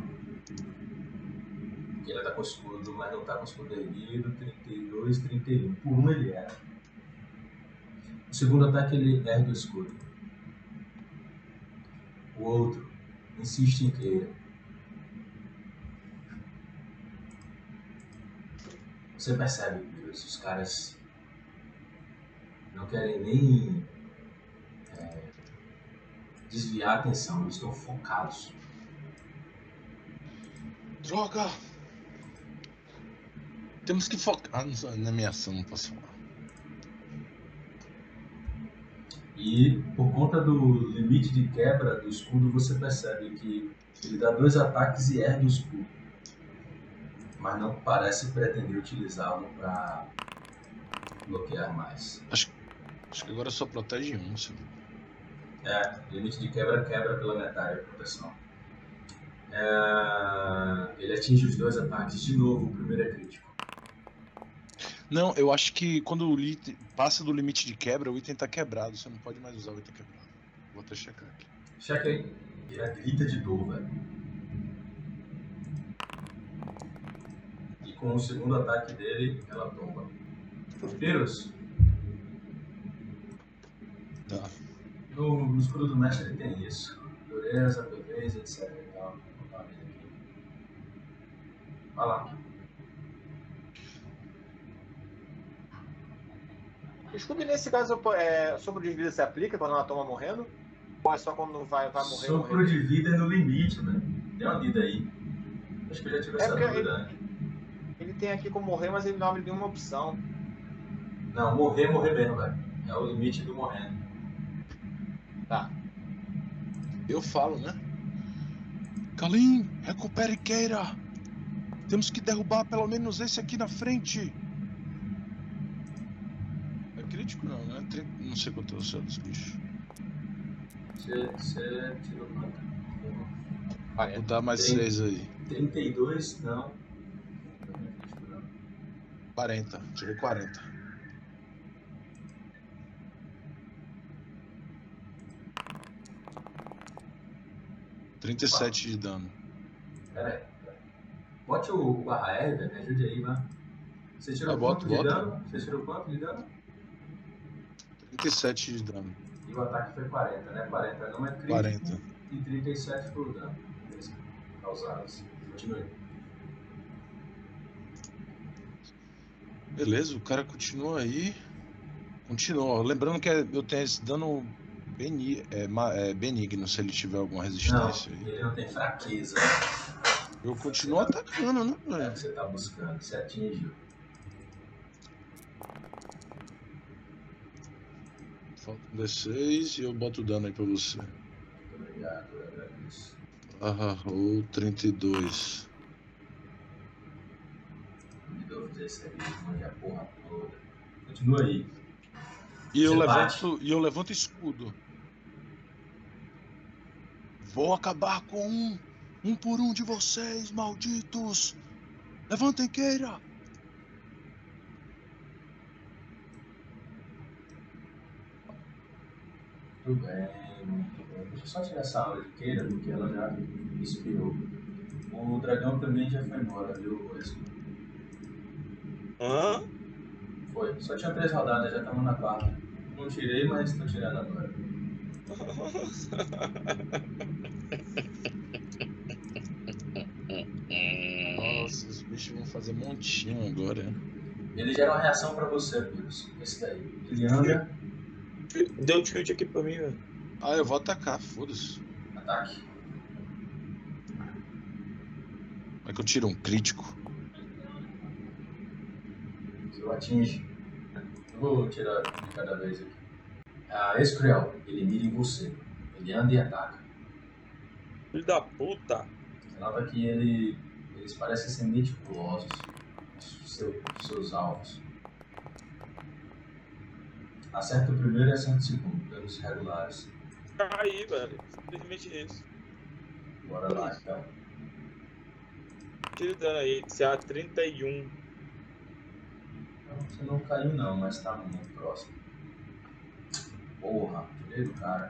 Ele tá com escudo, mas não tá com escudo erguido. trinta e dois, trinta e um. Por um ele era. O segundo ataque ele ergue o escudo. O outro insiste em queira. Você percebe que os caras não querem nem é, desviar a atenção, eles estão focados. Droga! Temos que focar. Ah, na minha ação, não posso falar. E por conta do limite de quebra do escudo, você percebe que ele dá dois ataques e ergue o escudo. Mas não parece pretender utilizá-lo para bloquear mais. Acho, acho que agora só protege um, senhor. É, limite de quebra quebra pela metade a proteção. É, ele atinge os dois ataques. De novo, o primeiro é crítico. Não, eu acho que quando o item passa do limite de quebra, o item tá quebrado. Você não pode mais usar o item quebrado. Vou até checar aqui. Checa aí. Ele grita de dor, velho. E com o segundo ataque dele, ela tomba. Pirus, Tá. no, no escudo do mestre ele tem isso. Dureza, beleza, etcétera. E tal. Vai lá. Escudo nesse caso, é, sopro de vida se aplica quando ela toma morrendo? Ou é só quando vai, vai morrer? Sopro morrer? de vida é no limite, velho. Dê uma lida aí. Acho que eu já tive É essa porque dúvida, né? Ele tem aqui como morrer, mas ele não abre nenhuma opção. Não, morrer, morrer mesmo, velho. É o limite do morrendo. Tá. Eu falo, né? Kalim, recupere Keira. Temos que derrubar pelo menos esse aqui na frente. É crítico não, né? Trin- Não sei quanto é o céu dos bichos. Você, você tirou quanto? Vou quarenta. dar mais Trin- seis aí. trinta e dois, não. quarenta. Tirei quarenta. trinta e sete de dano. Pera aí. Bote o barra R, velho. Me ajude aí, vai. Você tirou Ah, bota, quanto de bota. dano? Você tirou quanto de dano? trinta e sete de dano. E o ataque foi quarenta, né? quarenta não é crítico. quarenta. E trinta e sete foi o dano. Causados. Continue. Beleza, o cara continua aí. Continua. Lembrando que eu tenho esse dano beni- é, ma- é, benigno se ele tiver alguma Não, resistência aí. ele não tem fraqueza. Eu continuo atacando, né, É o que velho? você tá buscando. Você atingiu. Falta um D seis e eu boto o dano aí pra você. Muito obrigado, eu agradeço. Ah, ou trinta e dois. Me dou dezesseis, mande a porra toda. Continua aí. E eu Você levanto, e eu levanto escudo. Vou acabar com um, um por um de vocês, malditos. Levantem Keira. Tudo bem, muito bem. Deixa eu só tirar essa aula de queira, porque ela já expirou. O dragão também já foi embora, viu, Wesley? Hã? Foi. Só tinha três rodadas, já estamos na quarta. Não tirei, mas estou tirando agora. Nossa, os bichos vão fazer montinho agora. Ele gera uma reação pra você, Pires. Esse daí. Ele anda, Deu tilt aqui pra mim, velho. Ah, eu vou atacar, foda-se. ataque. Como é que eu tiro um crítico? Se eu atinge. Eu vou tirar de cada vez aqui. Ah, esse cruel, ele mira em você. Ele anda e ataca. Filho da puta. Você nota que ele, eles parecem ser meticulosos, os seu, seus alvos. Acerta o primeiro e acerta o segundo, danos regulares. Aí, velho. Simplesmente isso. Bora lá, então. Tira o dano aí. C A trinta e um. Então, você não caiu não, mas tá muito próximo. Porra, tirei do cara.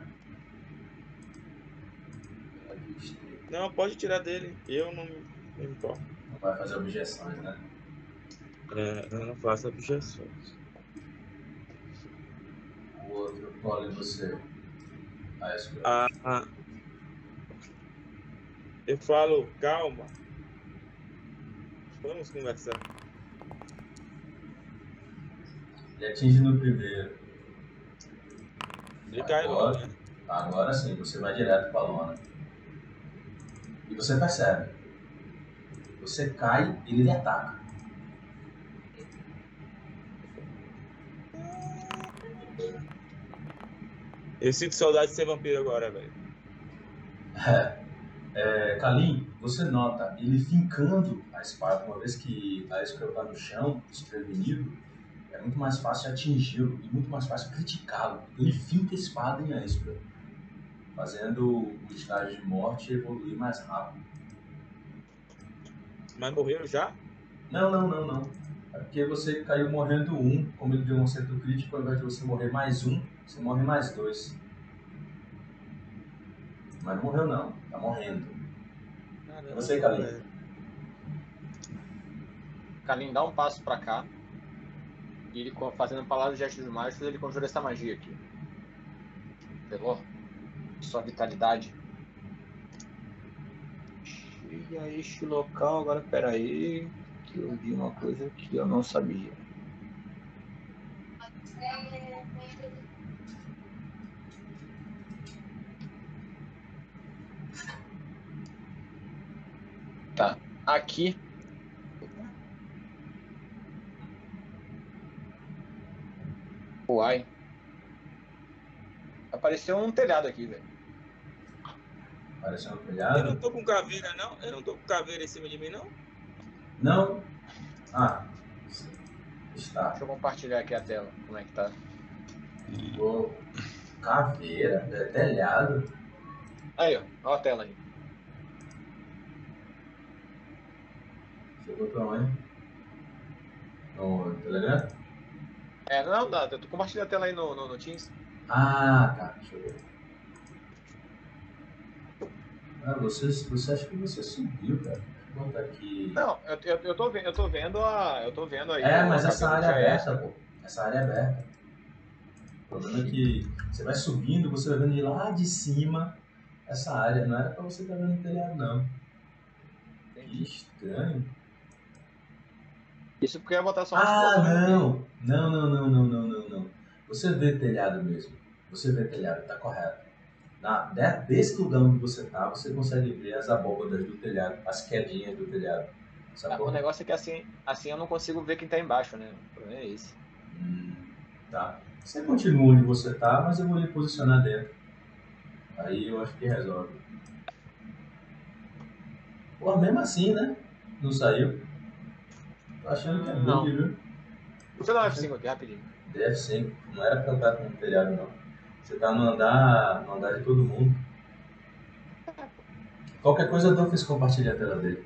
Não, pode tirar dele. Eu não me não me importo. Não vai fazer objeções, né? É, eu não faço objeções. O outro cola em você. Ah, é escuro. Ah, ah. Eu falo, calma. Vamos conversar. Ele atinge no primeiro. Ele cai logo, Agora, né? agora sim, você vai direto pra lona. E você percebe. Você cai e ele lhe ataca. Eu sinto saudade de ser vampiro agora, velho. É, é, Kalim, você nota ele fincando a espada, uma vez que a espada está no chão, desprevenido, é muito mais fácil atingi-lo e muito mais fácil criticá-lo. Ele finca a espada em Aspera, fazendo o estágio de morte evoluir mais rápido. Mas morreu já? Não, não, não, não. É porque você caiu morrendo um, como ele deu um acerto crítico, ao invés de você morrer mais um, você morre mais dois. Mas não morreu não, tá morrendo. Caramba, Você, Kalim. velho. Kalim dá um passo pra cá. E ele, co- fazendo palavras de gestos mágicos, ele conjura essa magia aqui. Pegou? Sua vitalidade. Chega este local, agora peraí. Que eu vi uma coisa que eu não sabia. Tá, aqui. Uai. Apareceu um telhado aqui, velho. Parecendo um Eu telhado? não tô com caveira, não? Eu não tô com caveira em cima de mim, não? Não? Ah, está. Deixa eu compartilhar aqui a tela. Como é que tá? Pô, caveira, é telhado. Aí, ó. Ó a tela aí. Você botou onde? No Telegram? É, não, dá. Tu compartilha a tela aí no, no, no Teams. Ah, tá. Deixa eu ver. Ah, você, você acha que você subiu, cara? Deixa eu botar aqui. Não, eu, eu, eu, tô, ve- eu tô vendo a. Eu tô vendo aí. É, o- mas a essa cabeça área é de aberta, Aécio. pô. Essa área é aberta. O problema é que você vai subindo, você vai vendo de lá de cima essa área. Não era pra você estar vendo o telhado, não. Que Entendi. estranho. Isso porque eu ia botar só uma Ah, explosão aqui. não. Não, não, não, não, não, não, não. Você vê telhado mesmo. Você vê telhado, tá correto. Na, de- desse lugar onde você tá, você consegue ver as abóbadas do telhado, as quedinhas do telhado. Ah, o Sacou? negócio é que assim, assim eu não consigo ver quem tá embaixo, né? O problema é esse. Hum, tá. Você continua onde você tá, mas eu vou lhe posicionar dentro. Aí eu acho que resolve. Pô, mesmo assim, né? Não saiu. Tô achando que é Hum, bug, não. viu? Deixa eu dar um Tô F achando cinco aqui rapidinho. que deve sim. Não era pra estar com o telhado, não. Você tá no andar, no andar de todo mundo. Qualquer coisa, o Duffy compartilha a tela dele.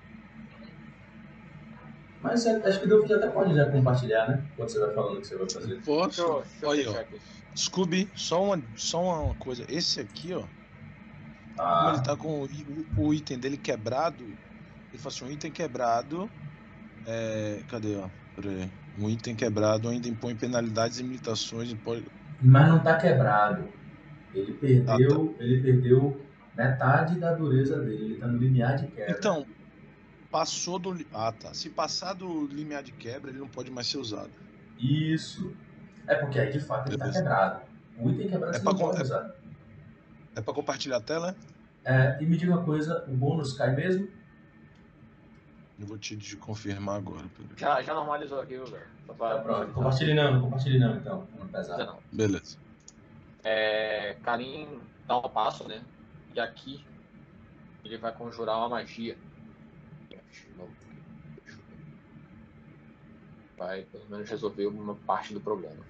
Mas é- acho que o Duffy até pode já compartilhar, né? Quando você vai falando o que você vai fazer. Deixa Posso? eu, deixa eu Olha aí, fechar ó. aqui. Scooby, só uma, só uma coisa. Esse aqui, ó. Como Ah, ele tá com o, i- o item dele quebrado, ele fala assim, um item quebrado. É, cadê, ó? Peraí. Um item quebrado ainda impõe penalidades e limitações. Impõe... mas não tá quebrado. Ele Ah, tá. perdeu, ele perdeu metade da dureza dele. Ele tá no limiar de quebra. Então, passou do. li- Ah, tá. Se passar do limiar de quebra, ele não pode mais ser usado. Isso. É porque aí de fato ele tá Beleza. quebrado. O item quebrado É você pra, não com- pode é, usar. é pra compartilhar a tela? É, e me diga uma coisa, o bônus cai mesmo? Eu vou te de- confirmar agora. Peraí. Já, já normalizou aqui, velho. Só pra Tá pronto. deixar Compartilhe não, não compartilhe não, então. Não Ainda pesar. não. Beleza. É, Karim dá um passo, né? E aqui Ele vai conjurar uma magia. Vai pelo menos resolver uma parte do problema.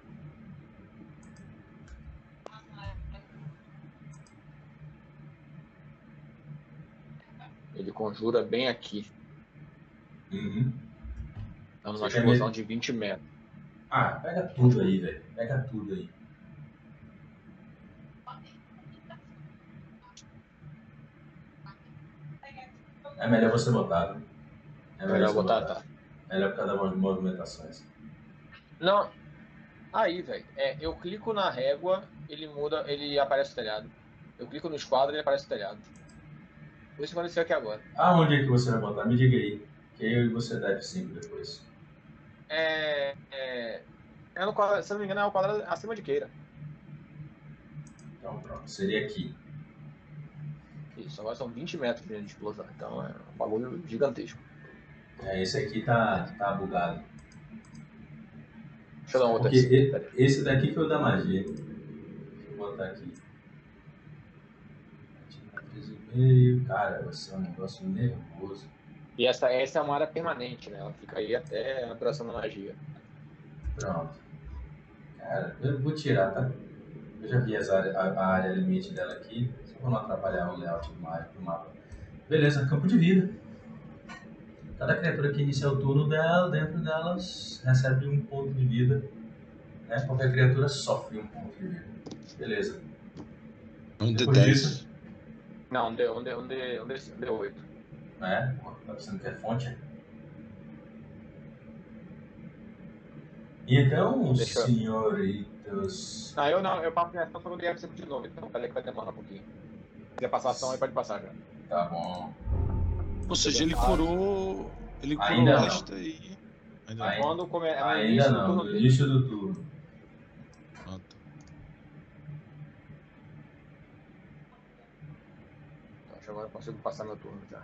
Ele conjura bem aqui. Uhum. Dando Você uma quer explosão mesmo? de vinte metros. Ah, pega tudo aí, velho. Pega tudo aí. É melhor você botar, né? É melhor, Melhor você botar, botar. tá. Melhor por causa das movimentações. Não. Aí, velho. É, eu clico na régua, ele muda, ele aparece o telhado. Eu clico no esquadro, ele aparece o telhado. Isso aconteceu aqui agora. Aonde é que você vai botar? Me diga aí. Que eu e você deve cinco depois. É, é, é no quadrado, se não me engano, é o quadrado acima de Queira. Então pronto, seria aqui. Isso, agora são vinte metros de explosão. Então é um bagulho gigantesco. É, esse aqui tá, tá bugado. Deixa eu dar um outro Porque assim. e- Pera aí. esse daqui foi o da magia. Deixa eu botar aqui. três e meio. Cara, vai ser um negócio nervoso. E essa, essa é uma área permanente, né? Ela fica aí até a duração da magia. Pronto. Cara, eu vou tirar, tá? Eu já vi as área, a, a área limite dela aqui. Só pra não atrapalhar o layout do ma- do mapa. Beleza, campo de vida. Cada criatura que inicia o turno dela, dentro delas, recebe um ponto de vida. Né? Qualquer criatura sofre um ponto de vida. Beleza. Um de Depois disso, dez. Não, um D, um D, um D, um D, um D oito. né? Pô, tá pensando que é fonte? Então, Deixa eu... senhoritos. Ah, eu não, eu passo minha ação quando vier sempre de novo, então peraí que vai demorar um pouquinho. Se quiser passar a ação aí, pode passar já. Tá bom. Ou seja, ele curou. Ele curou Ainda não. esta aí. Ainda Ai- não. Quando come... é no Ainda início do não, turno no dele. início do turno. Ah, tá. Então, agora eu consigo passar meu turno já.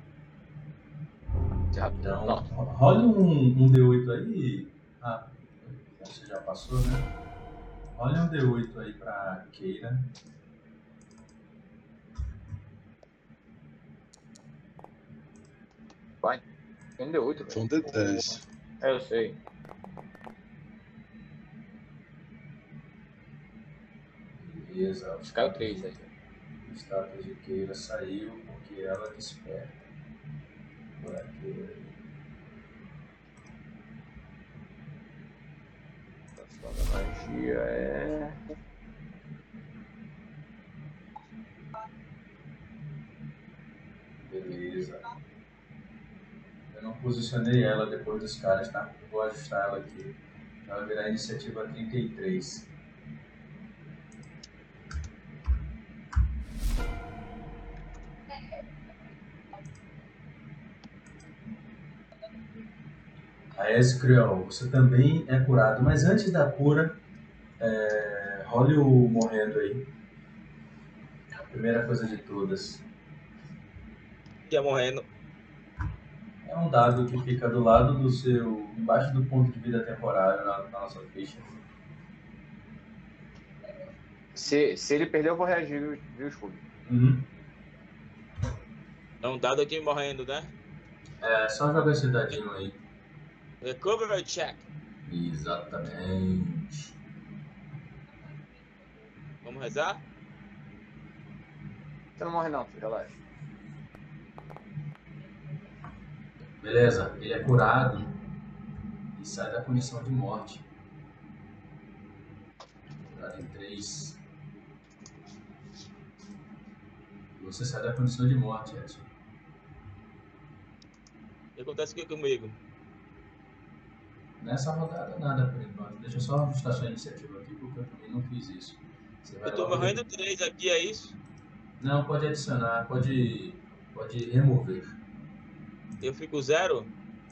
Certo? Então, Pronto. role um, um D oito aí. Ah, você já passou, né? Role um D oito aí pra Keira. Vai. Tem um D oito, Foi um velho. de dez. É, eu sei. Beleza. Caiu três aí. O status de Keira saiu porque ela desperta. Por aqui. A ação da magia é... Beleza. Eu não posicionei ela depois dos caras, tá? Eu vou ajustar ela aqui. Ela vai virar iniciativa trinta e três. A Escriel, você também é curado, mas antes da cura, é... role o morrendo aí. Primeira coisa de todas. Ia morrendo. É um dado que fica do lado do seu. Embaixo do ponto de vida temporário na, na nossa ficha. Se, se ele perder, eu vou reagir, viu, viu Scooby? Uhum. É um dado aqui morrendo, né? É só jogar esse dadinho aí. Recovery check. Exatamente. Vamos rezar? Você não morre não, filho, relaxa. Beleza, ele é curado e sai da condição de morte. Curado em três. Você sai da condição de morte, Edson. O que acontece aqui comigo? Nessa rodada nada por enquanto. Deixa eu só ajustar sua iniciativa aqui porque eu também não fiz isso. Você vai Eu tô logo morrendo de- três aqui, é isso? Não, pode adicionar, pode, pode remover. Eu fico zero?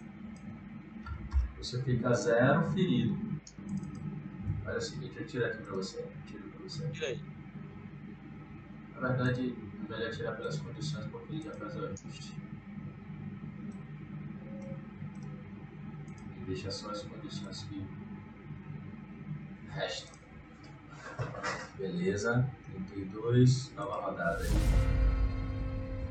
Você fica zero ferido. Faz o seguinte, eu tiro aqui pra você. Tiro pra você. Tira aí. Na verdade, é melhor tirar pelas condições porque ele já faz o ajuste. E deixa só as condições que restam. Beleza, trinta e dois, nova rodada aí.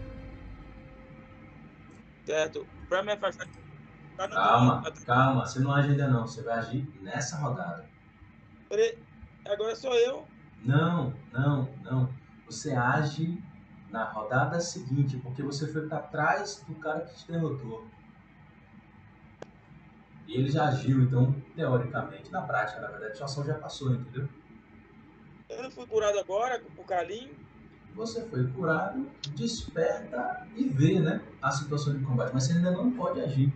Certo? Pra me afastar. Tá no Calma, comando. calma, você não age ainda não, você vai agir nessa rodada. Peraí, agora sou eu. Não, não, não. Você age na rodada seguinte, porque você foi pra trás do cara que te derrotou. E ele já agiu, então, teoricamente, na prática, na verdade, sua ação já passou, entendeu? Eu não fui curado agora por Kalim. Você foi curado, desperta e vê, né, a situação de combate, mas você ainda não pode agir.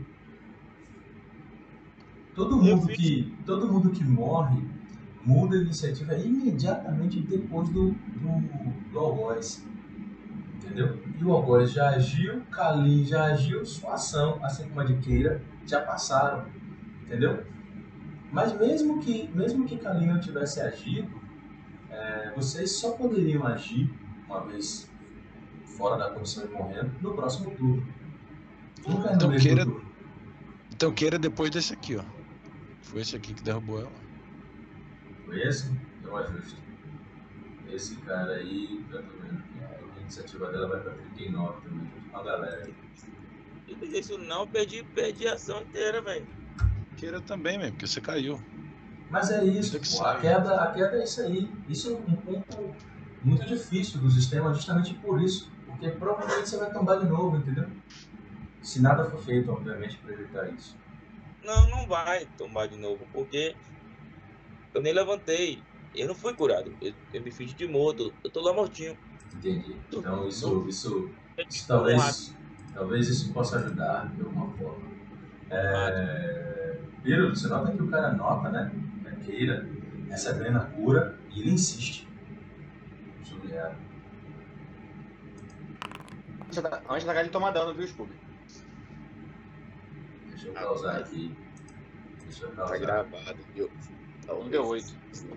Todo Eu mundo fiz. que, todo mundo que morre muda a iniciativa imediatamente depois do, do, do algoz. Entendeu? E o algoz já agiu, Kalim já agiu, sua ação, assim como a de Keira, já passaram. Entendeu? Mas mesmo que, mesmo que Kalim não tivesse agido, é, vocês só poderiam agir, uma vez fora da condição de morrendo, no próximo turno. Nunca é no Então mesmo Keira, turno. então Keira depois desse aqui, ó. Foi esse aqui que derrubou ela. Foi esse? Então é justo. Esse cara aí, eu tô vendo que a iniciativa dela vai pra trinta e nove também, junto com a galera. Eu não fiz isso não, perdi, perdi a ação inteira, velho. Keira também, mesmo, porque você caiu. Mas é isso, Vida que pô, a segue. queda, a queda é isso aí. Isso é um ponto muito difícil do sistema, justamente por isso. Porque provavelmente você vai tombar de novo, entendeu? Se nada for feito, obviamente, para evitar isso. Não, não vai tomar de novo, porque eu nem levantei. Eu não fui curado. Eu, eu me fiz de morto. Eu tô lá mortinho. Entendi. Então Não, isso, isso, isso como um rato. talvez, talvez isso possa ajudar de alguma forma. Um rato. É... Piro, você nota que o cara nota, né? A Keira recebendo a cura e ele insiste sobre ela. Antes da galera tomar dano, viu, Scooby? Deixa eu causar aqui. Deixa eu Tá causar. gravado, viu? Um D oito.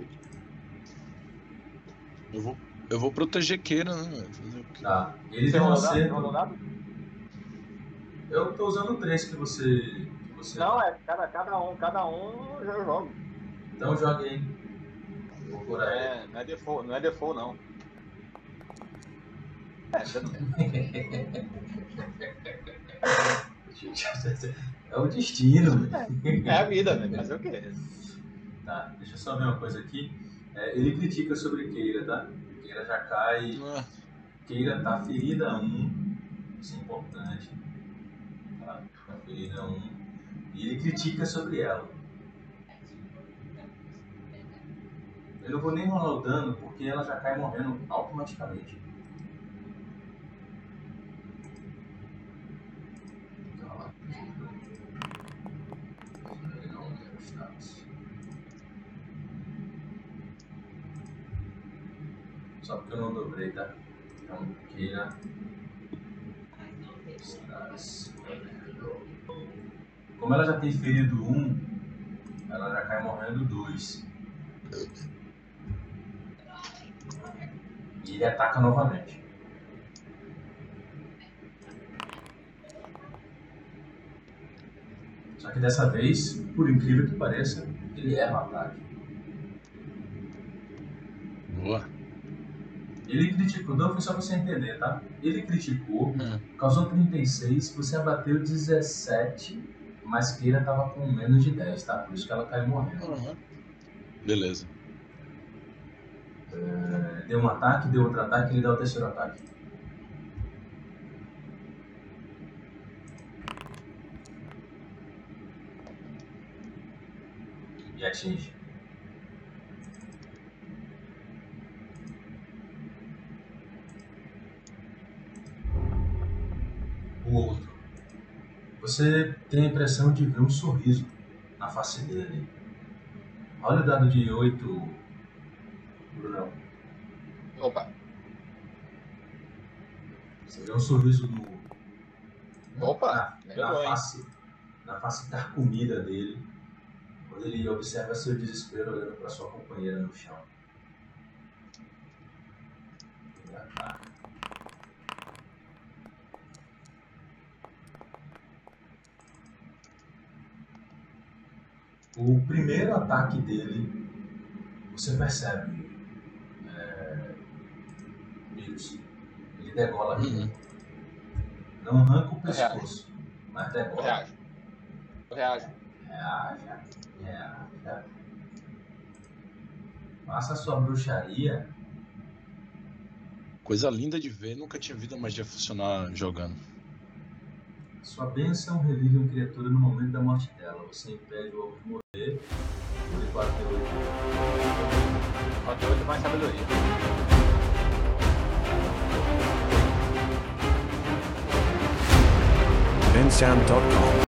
Eu vou, eu vou proteger Keira, né? Fazer o quê? Tá. Ele Você tem um rolou dado? Você acerto. rolou dado? Eu tô usando o três que você. Que você Não, é cada, cada um, cada um eu jogo. Então jogue aí. Vou Não curar ele. é, não é default, não é default, não. É, você não É o destino, velho. é a vida, né? Fazer o quê? Tá, deixa eu só ver uma coisa aqui. É, ele critica sobre Keira, tá? Keira já cai. Ah, Keira tá ferida um. Isso é importante. Tá, tá ferida um. E ele critica sobre ela. Eu não vou nem rolar o dano porque ela já cai morrendo automaticamente. Então, lá. Ele não quer os status. Só porque eu não dobrei, tá? Então, Keira. Status. Como ela já tem ferido um, ela já cai morrendo dois. E ele ataca novamente. Só que dessa vez, por incrível que pareça, ele erra o ataque. boa. Ele criticou, não foi só pra você entender, tá? Ele criticou, Hum. causou trinta e seis, você abateu dezessete, mas Keira tava com menos de dez, tá? Por isso que ela caiu morrendo. Uhum. Beleza. É, deu um ataque, deu outro ataque, ele dá o terceiro ataque. E atinge. O outro. Você tem a impressão de ver um sorriso na face dele. Olha o dado de oito, Brunão. Opa, Você vê um sorriso no, opa, na, melhorou, na hein? face, na face carcomida dele, quando ele observa seu desespero olhando para sua companheira no chão. Ele ataca. O primeiro ataque dele, você percebe, é, vírus. Ele degola aqui. Uhum. Não arranca o pescoço, Mas até Eu agora. reajo. Eu reajo. Reaja, reaja. Faça a sua bruxaria. Coisa linda de ver, nunca tinha visto a magia funcionar jogando. Sua bênção revive uma criatura no momento da morte dela. Você impede o alvo de morrer. Por quatro D oito. quatro oito mais sabedoria. bensound ponto com